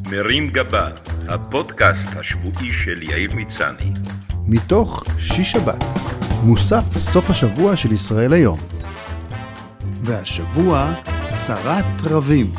מרים גבה, הפודקאסט השבועי של יאיר מצני. מתוך שיש שבת, מוסף סוף השבוע של ישראל היום. והשבוע צרת רבים.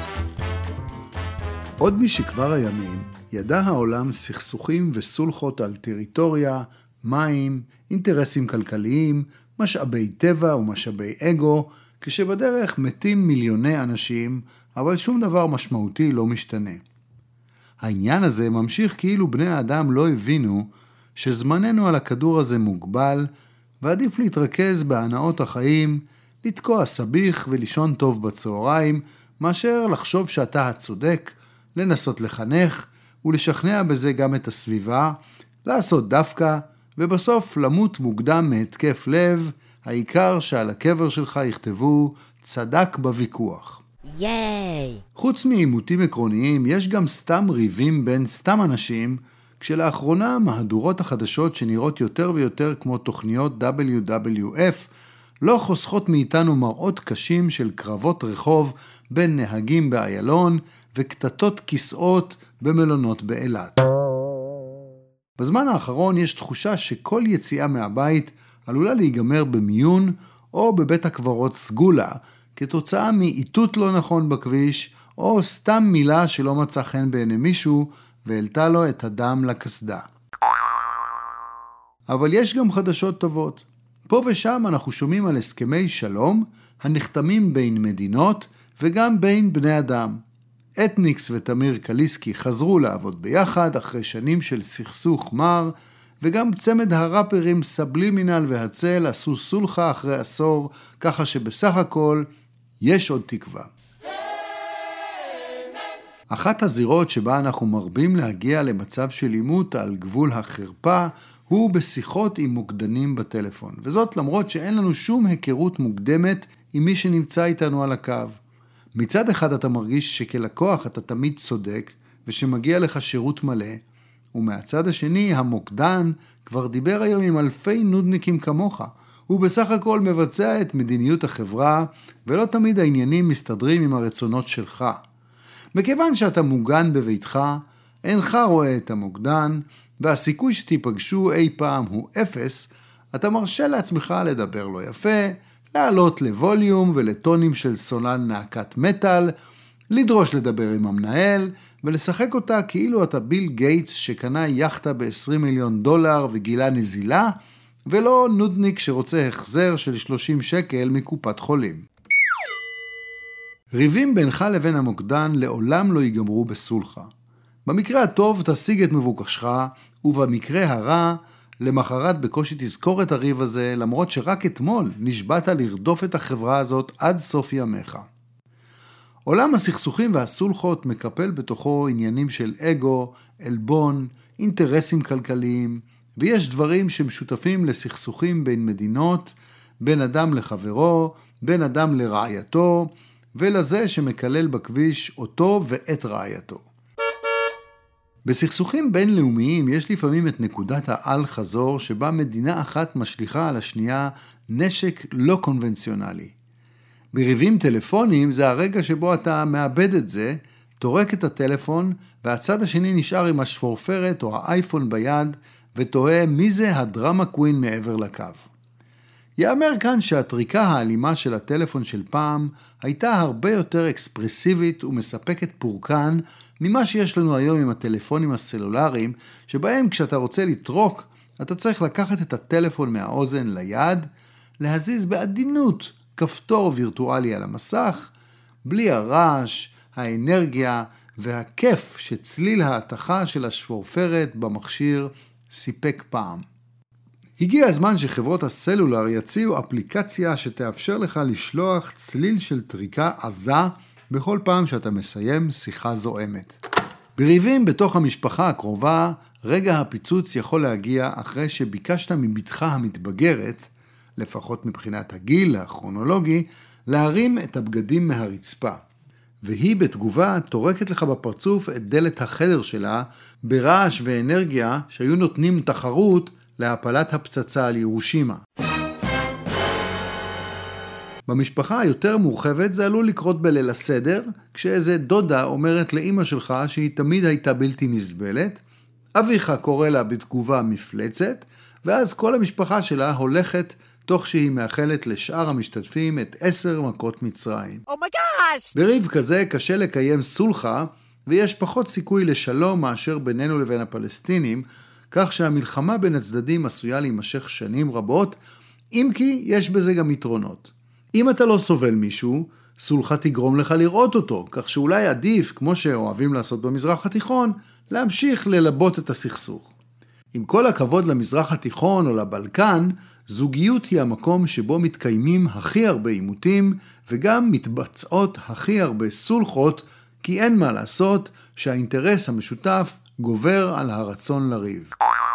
עוד משכבר הימים ידע העולם סכסוכים וסולחות על טריטוריה, מים, אינטרסים כלכליים, משאבי טבע ומשאבי אגו, כשבדרך מתים מיליוני אנשים, אבל שום דבר משמעותי לא משתנה. העניין הזה ממשיך כאילו בני האדם לא הבינו שזמננו על הכדור הזה מוגבל, ועדיף להתרכז בהנאות החיים, לתקוע סביך ולישון טוב בצהריים, מאשר לחשוב שאתה הצודק, לנסות לחנך ולשכנע בזה גם את הסביבה, לעשות דווקא, ובסוף למות מוקדם מהתקף לב, העיקר שעל הקבר שלך יכתבו צדק בוויכוח. ייי! חוץ מעימותים עקרוניים, יש גם סתם ריבים בין סתם אנשים, כשלאחרונה מהדורות החדשות שנראות יותר ויותר כמו תוכניות WWF, לא חוסכות מאיתנו מראות קשים של קרבות רחוב בין נהגים באיילון וקטטות כיסאות במלונות באילת. בזמן האחרון יש תחושה שכל יציאה מהבית עלולה להיגמר במיון או בבית הקברות סגולה, כתוצאה מאיתות לא נכון בכביש, או סתם מילה שלא מצא חן בעיני מישהו, והעלתה לו את הדם לקסדה. אבל יש גם חדשות טובות. פה ושם אנחנו שומעים על הסכמי שלום, הנחתמים בין מדינות, וגם בין בני אדם. אתניקס ותמיר קליסקי חזרו לעבוד ביחד, אחרי שנים של סכסוך מר, וגם צמד הראפרים סבלימינל והצל עשו סולחה אחרי עשור, ככה שבסך הכל יש עוד תקווה. אחת הזירות שבה אנחנו מרבים להגיע למצב של עימות על גבול החרפה, הוא בשיחות עם מוקדנים בטלפון. וזאת למרות שאין לנו שום היכרות מוקדמת עם מי שנמצא איתנו על הקו. מצד אחד אתה מרגיש שכלקוח אתה תמיד צודק, ושמגיע לך שירות מלא, ומהצד השני המוקדן כבר דיבר היום עם אלפי נודניקים כמוך. הוא בסך הכל מבצע את מדיניות החברה, ולא תמיד העניינים מסתדרים עם הרצונות שלך. מכיוון שאתה מוגן בביתך, אינך רואה את המוקדן, והסיכוי שתיפגשו אי פעם הוא אפס, אתה מרשה לעצמך לדבר לא יפה, לעלות לווליום ולטונים של סולן נעקת מטל, לדרוש לדבר עם המנהל, ולשחק אותה כאילו אתה ביל גייטס שקנה יחטה ב$20 מיליון וגילה נזילה, ולא נודניק שרוצה החזר של 30 שקל מקופת חולים. ריבים בינך לבין המוקדן לעולם לא ייגמרו בסולחה. במקרה הטוב תשיג את מבוקשך, ובמקרה הרע, למחרת בקושי תזכור את הריב הזה, למרות שרק אתמול נשבעת לרדוף את החברה הזאת עד סוף ימיך. עולם הסכסוכים והסולחות מקפל בתוכו עניינים של אגו, אלבון, אינטרסים כלכליים, ויש דברים שמשותפים לסכסוכים בין מדינות, בין אדם לחברו, בין אדם לרעייתו, ולזה שמקלל בכביש אותו ואת רעייתו. בסכסוכים בינלאומיים יש לפעמים את נקודת העל חזור שבה מדינה אחת משליחה על השנייה נשק לא קונבנציונלי. בריבים טלפונים זה הרגע שבו אתה מאבד את זה, תורק את הטלפון, והצד השני נשאר עם השפורפרת או האייפון ביד, ותוהה מי זה הדרמה קווין מעבר לקו. יאמר כאן שהטריקה האלימה של הטלפון של פעם הייתה הרבה יותר אקספרסיבית ומספקת פורקן ממה שיש לנו היום עם הטלפונים הסלולריים, שבהם כשאתה רוצה לטרוק, אתה צריך לקחת את הטלפון מהאוזן ליד, להזיז בעדינות כפתור וירטואלי על המסך, בלי הרעש, האנרגיה והכיף שצליל ההתחה של השפורפרת במכשיר סיפק פעם. הגיע הזמן שחברות הסלולר יציעו אפליקציה שתאפשר לך לשלוח צליל של טריקה עזה בכל פעם שאתה מסיים שיחה זועמת. בריבים בתוך המשפחה הקרובה, רגע הפיצוץ יכול להגיע אחרי שביקשת מבתך המתבגרת, לפחות מבחינת הגיל הכרונולוגי, להרים את הבגדים מהרצפה. והיא בתגובה תורקת לך בפרצוף את דלת החדר שלה, ברעש ואנרגיה שהיו נותנים תחרות להפלת הפצצה על ירושימה. במשפחה היותר מורחבת זה עלול לקרות בליל הסדר, כשאיזה דודה אומרת לאמא שלך שהיא תמיד הייתה בלתי נסבלת, אביך קורא לה בתגובה מפלצת, ואז כל המשפחה שלה הולכת תוך שהיא מאחלת לשאר המשתתפים את 10 מכות מצרים. בריב כזה קשה לקיים סולחה, ויש פחות סיכוי לשלום מאשר בינינו לבין הפלסטינים, כך שהמלחמה בין הצדדים עשויה להימשך שנים רבות, אם כי יש בזה גם יתרונות. אם אתה לא סובל מישהו, סולחה תגרום לך לראות אותו, כך שאולי עדיף, כמו שאוהבים לעשות במזרח התיכון, להמשיך ללבות את הסכסוך. עם כל הכבוד למזרח התיכון או לבלקן, זוגיות היא המקום שבו מתקיימים הכי הרבה עימותים, וגם מתבצעות הכי הרבה סולחות, כי אין מה לעשות שהאינטרס המשותף גובר על הרצון לריב.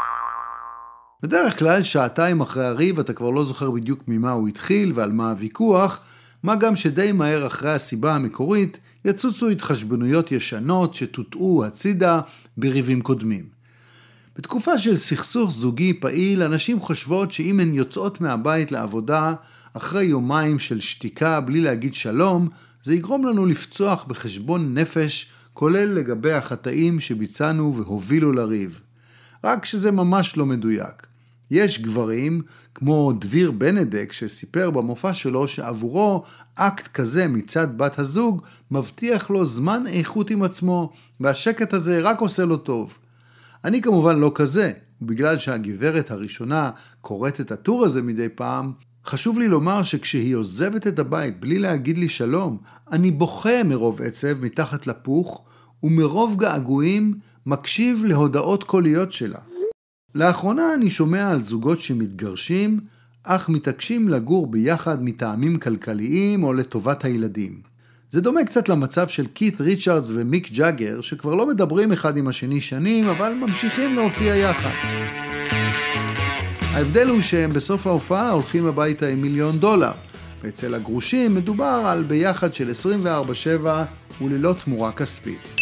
בדרך כלל, שעתיים אחרי הריב אתה כבר לא זוכר בדיוק ממה הוא התחיל ועל מה הוויכוח, מה גם שדי מהר אחרי הסיבה המקורית יצוצו התחשבנויות ישנות שטוטאו הצידה בריבים קודמים. בתקופה של סכסוך זוגי פעיל, אנשים חושבות שאם הן יוצאות מהבית לעבודה אחרי יומיים של שתיקה בלי להגיד שלום, זה יגרום לנו לפצוח בחשבון נפש, כולל לגבי החטאים שביצענו והובילו לריב. רק שזה ממש לא מדויק. יש גברים, כמו דביר בנדק, שסיפר במופע שלו שעבורו אקט כזה מצד בת הזוג מבטיח לו זמן איכות עם עצמו, והשקט הזה רק עושה לו טוב. אני כמובן לא כזה, ובגלל שהגברת הראשונה קוראת את הטור הזה מדי פעם, חשוב לי לומר שכשהיא עוזבת את הבית בלי להגיד לי שלום, אני בוכה מרוב עצב מתחת לפוך, ומרוב געגועים מקשיב להודעות קוליות שלה. לאחרונה אני שומע על זוגות שמתגרשים, אך מתעקשים לגור ביחד מטעמים כלכליים או לטובת הילדים. זה דומה קצת למצב של קית' ריצ'רדס ומיק ג'אגר, שכבר לא מדברים אחד עם השני שנים, אבל ממשיכים להופיע יחד. ההבדל הוא שהם בסוף ההופעה הולכים הביתה עם $1,000,000, ואצל הגרושים מדובר על ביחד של 24/7 וללא תמורה כספית.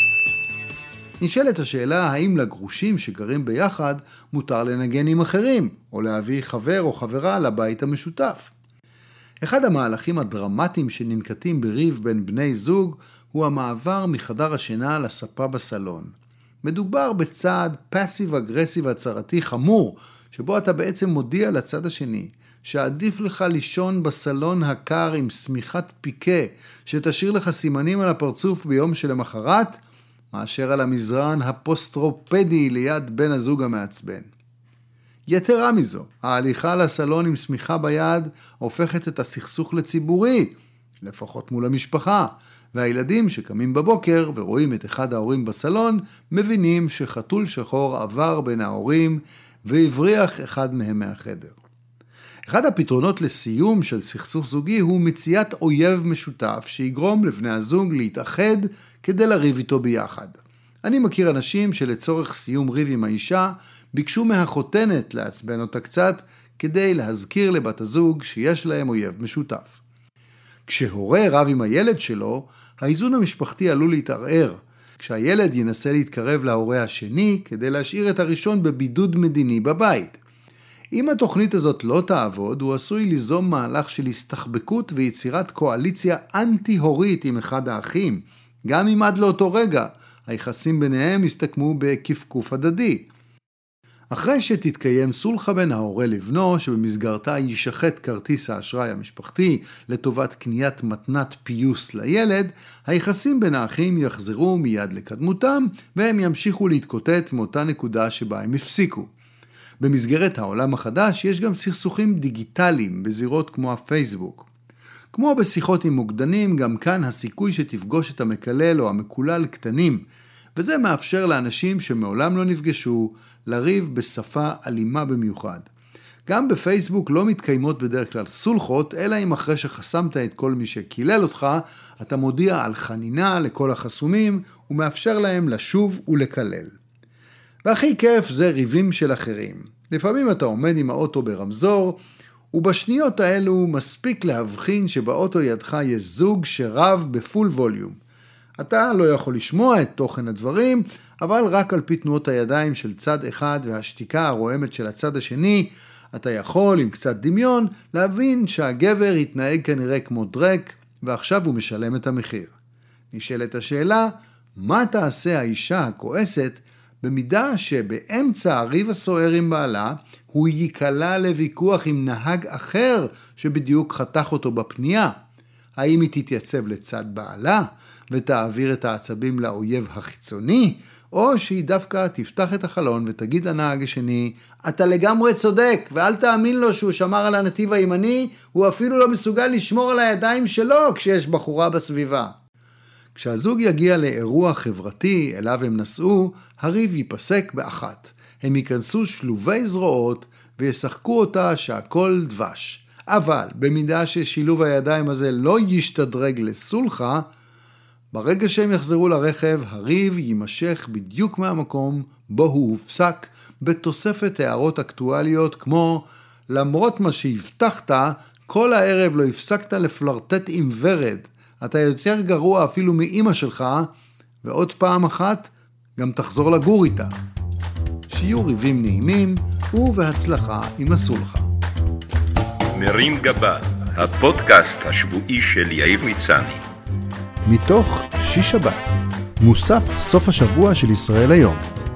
נשאלת השאלה האם לגרושים שגרים ביחד מותר לנגן עם אחרים, או להביא חבר או חברה לבית המשותף. אחד המהלכים הדרמטיים שננקטים בריב בין בני זוג הוא המעבר מחדר השינה לספה בסלון. מדובר בצעד פאסיב אגרסיב הצהרתי חמור, שבו אתה בעצם מודיע לצד השני שעדיף לך לישון בסלון הקר עם סמיכת פיקה שתשאיר לך סימנים על הפרצוף ביום שלמחרת, מאשר על המזרן הפוסטרופדי ליד בן הזוג המעצבן. יתרה מזו, ההליכה לסלון עם סמיכה ביד הופכת את הסכסוך לציבורי, לפחות מול המשפחה, והילדים שקמים בבוקר ורואים את אחד ההורים בסלון, מבינים שחתול שחור עבר בין ההורים והבריח אחד מהם מהחדר. אחד הפתרונות לסיום של סכסוך זוגי הוא מציאת אויב משותף שיגרום לבני הזוג להתאחד כדי לריב איתו ביחד. אני מכיר אנשים שלצורך סיום ריב עם האישה ביקשו מהחותנת לעצבן אותה קצת כדי להזכיר לבת הזוג שיש להם אויב משותף. כשהורה רב עם הילד שלו, האיזון המשפחתי עלול להתערער, כשהילד ינסה להתקרב להורה השני כדי להשאיר את הראשון בבידוד מדיני בבית. אם התוכנית הזאת לא תעבוד, הוא עשוי ליזום מהלך של הסתחבקות ויצירת קואליציה אנטי-הורית עם אחד האחים, גם אם עד לאותו רגע היחסים ביניהם יסתכמו בכפכוף הדדי. אחרי שתתקיים סולחה בין ההורה לבנו, שבמסגרתה יישחט כרטיס האשראי המשפחתי לטובת קניית מתנת פיוס לילד, היחסים בין האחים יחזרו מיד לקדמותם, והם ימשיכו להתקוטט מאותה נקודה שבה הם הפסיקו. במסגרת העולם החדש יש גם סכסוכים דיגיטליים בזירות כמו הפייסבוק. כמו בשיחות עם מוקדנים, גם כאן הסיכוי שתפגוש את המקלל או המקולל קטנים, וזה מאפשר לאנשים שמעולם לא נפגשו לריב בשפה אלימה במיוחד. גם בפייסבוק לא מתקיימות בדרך כלל סולחות, אלא אם אחרי שחסמת את כל מי שקילל אותך, אתה מודיע על חנינה לכל החסומים ומאפשר להם לשוב ולקלל. והכי כיף זה ריבים של אחרים. לפעמים אתה עומד עם האוטו ברמזור, ובשניות האלו מספיק להבחין שבאוטו לידך יש זוג שרב בפול ווליום. אתה לא יכול לשמוע את תוכן הדברים, אבל רק על פי תנועות הידיים של צד אחד והשתיקה הרועמת של הצד השני, אתה יכול עם קצת דמיון להבין שהגבר התנהג כנראה כמו דרק, ועכשיו הוא משלם את המחיר. נשאלת השאלה, מה תעשה האישה הכועסת במידה שבאמצע הריב הסוער עם בעלה, הוא ייקלע לוויכוח עם נהג אחר שבדיוק חתך אותו בפנייה? האם היא תתייצב לצד בעלה ותעביר את העצבים לאויב החיצוני, או שהיא דווקא תפתח את החלון ותגיד לנהג השני, אתה לגמרי צודק, ואל תאמין לו שהוא שמר על הנתיב הימני, הוא אפילו לא מסוגל לשמור על הידיים שלו כשיש בחורה בסביבה. כשהזוג יגיע לאירוע חברתי אליו הם נסעו, הריב ייפסק באחת. הם ייכנסו שלובי זרועות וישחקו אותה שהכל דבש. אבל במידה ששילוב הידיים הזה לא ישתדרג לסולחה, ברגע שהם יחזרו לרכב, הריב יימשך בדיוק מהמקום בו הוא הופסק, בתוספת הערות אקטואליות כמו, למרות מה שהבטחת, כל הערב לא הפסקת לפלרטט עם ורד. אתה יותר גרוע אפילו מאמא שלך, ועוד פעם אחת גם תחזור לגור איתה. שיהיו ריבים נעימים ובהצלחה עם הסולחה. מרים גבה, הפודקאסט השבועי של יאיר מצני. מתוך שיש שבת, מוסף סוף השבוע של ישראל היום.